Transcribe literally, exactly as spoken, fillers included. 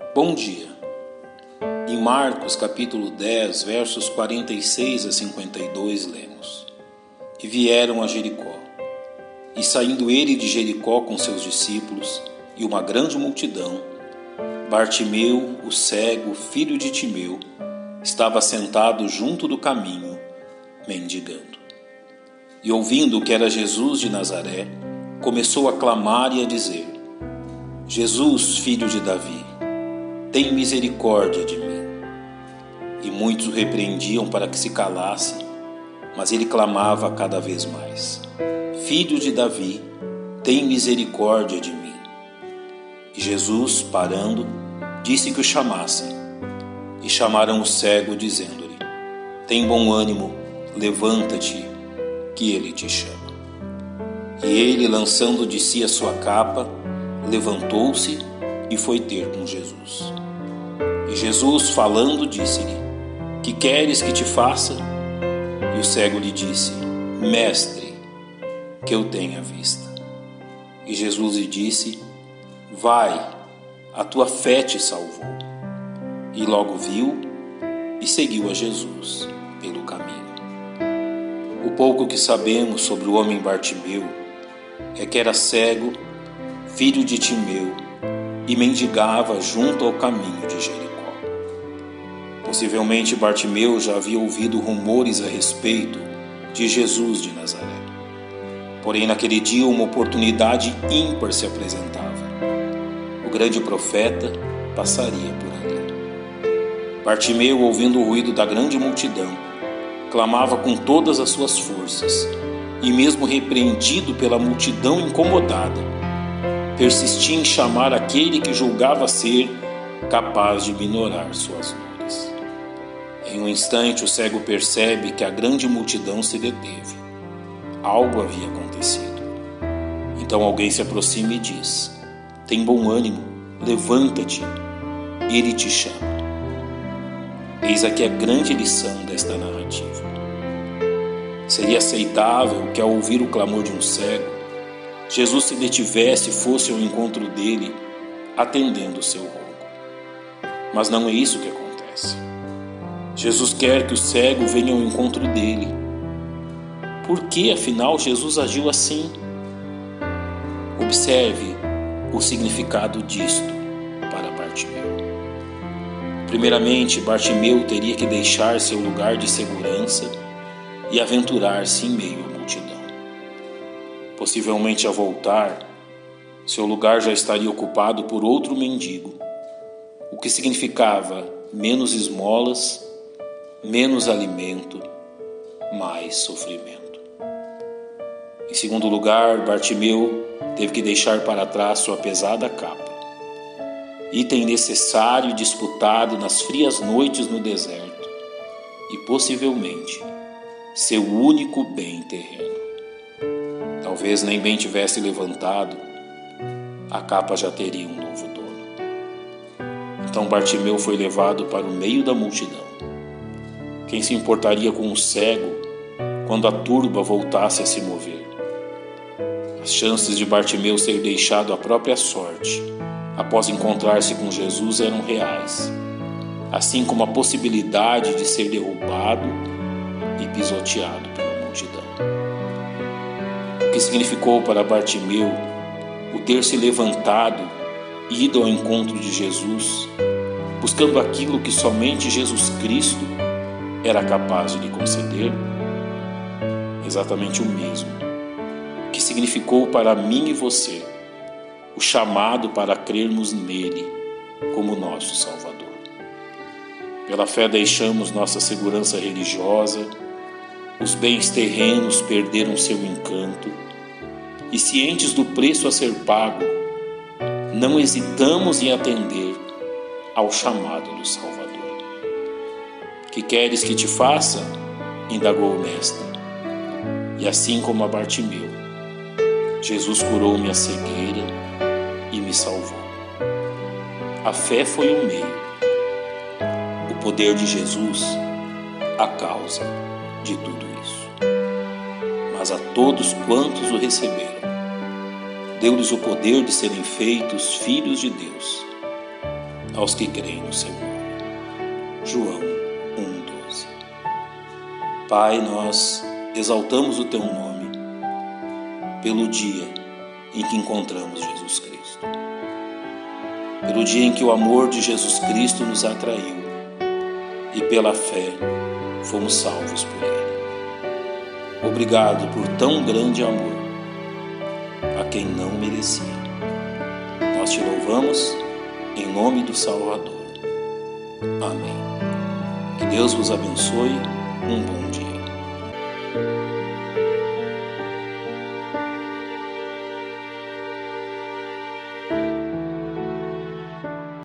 Bom dia. Em Marcos capítulo dez, versos quarenta e seis a cinquenta e dois, lemos: E vieram a Jericó. E saindo ele de Jericó com seus discípulos e uma grande multidão, Bartimeu, o cego, filho de Timeu, estava sentado junto do caminho, mendigando. E ouvindo que era Jesus de Nazaré, começou a clamar e a dizer: Jesus, filho de Davi, tem misericórdia de mim. E muitos o repreendiam para que se calasse, mas ele clamava cada vez mais: Filho de Davi, tem misericórdia de mim. E Jesus, parando, disse que o chamassem. E chamaram o cego, dizendo-lhe: Tem bom ânimo, levanta-te, que ele te chama. E ele, lançando de si a sua capa, levantou-se e foi ter com Jesus. E Jesus, falando, disse-lhe: Que queres que te faça? E o cego lhe disse: Mestre, que eu tenha vista. E Jesus lhe disse: Vai, a tua fé te salvou. E logo viu e seguiu a Jesus pelo caminho. O pouco que sabemos sobre o homem Bartimeu é que era cego, filho de Timeu, e mendigava junto ao caminho de Jericó. Possivelmente Bartimeu já havia ouvido rumores a respeito de Jesus de Nazaré. Porém, naquele dia uma oportunidade ímpar se apresentava. O grande profeta passaria por ali. Bartimeu, ouvindo o ruído da grande multidão, clamava com todas as suas forças, e mesmo repreendido pela multidão incomodada, persistia em chamar aquele que julgava ser capaz de minorar suas dores. Em um instante, o cego percebe que a grande multidão se deteve. Algo havia acontecido. Então alguém se aproxima e diz: Tem bom ânimo, levanta-te, ele te chama. Eis aqui a grande lição desta narrativa. Seria aceitável que, ao ouvir o clamor de um cego, Jesus se detivesse e fosse ao encontro dele, atendendo o seu rogo. Mas não é isso que acontece. Jesus quer que o cego venha ao encontro dele. Por que, afinal, Jesus agiu assim? Observe o significado disto para Bartimeu. Primeiramente, Bartimeu teria que deixar seu lugar de segurança e aventurar-se em meio à multidão. Possivelmente, ao voltar, seu lugar já estaria ocupado por outro mendigo, o que significava menos esmolas, menos alimento, mais sofrimento. Em segundo lugar, Bartimeu teve que deixar para trás sua pesada capa, item necessário e disputado nas frias noites no deserto, e possivelmente seu único bem terreno. Talvez nem bem tivesse levantado, a capa já teria um novo dono. Então Bartimeu foi levado para o meio da multidão. Quem se importaria com o cego quando a turba voltasse a se mover? As chances de Bartimeu ser deixado à própria sorte após encontrar-se com Jesus eram reais, assim como a possibilidade de ser derrubado e pisoteado pela multidão. O que significou para Bartimeu o ter se levantado e ido ao encontro de Jesus, buscando aquilo que somente Jesus Cristo era capaz de lhe conceder? Exatamente o mesmo que significou para mim e você o chamado para crermos nele como nosso Salvador. Pela fé deixamos nossa segurança religiosa, os bens terrenos perderam seu encanto, e cientes do preço a ser pago, não hesitamos em atender ao chamado do Salvador. Que queres que te faça? Indagou o mestre. E assim como a Bartimeu, Jesus curou minha cegueira e me salvou. A fé foi o meio, o poder de Jesus a causa de tudo isso. Mas a todos quantos o receberam, deu-lhes o poder de serem feitos filhos de Deus, aos que creem no seu nome. João um, doze. Pai, nós exaltamos o teu nome pelo dia em que encontramos Jesus Cristo, pelo dia em que o amor de Jesus Cristo nos atraiu e pela fé fomos salvos por Ele. Obrigado por tão grande amor a quem não merecia. Nós te louvamos em nome do Salvador. Amém. Que Deus vos abençoe. Um bom dia.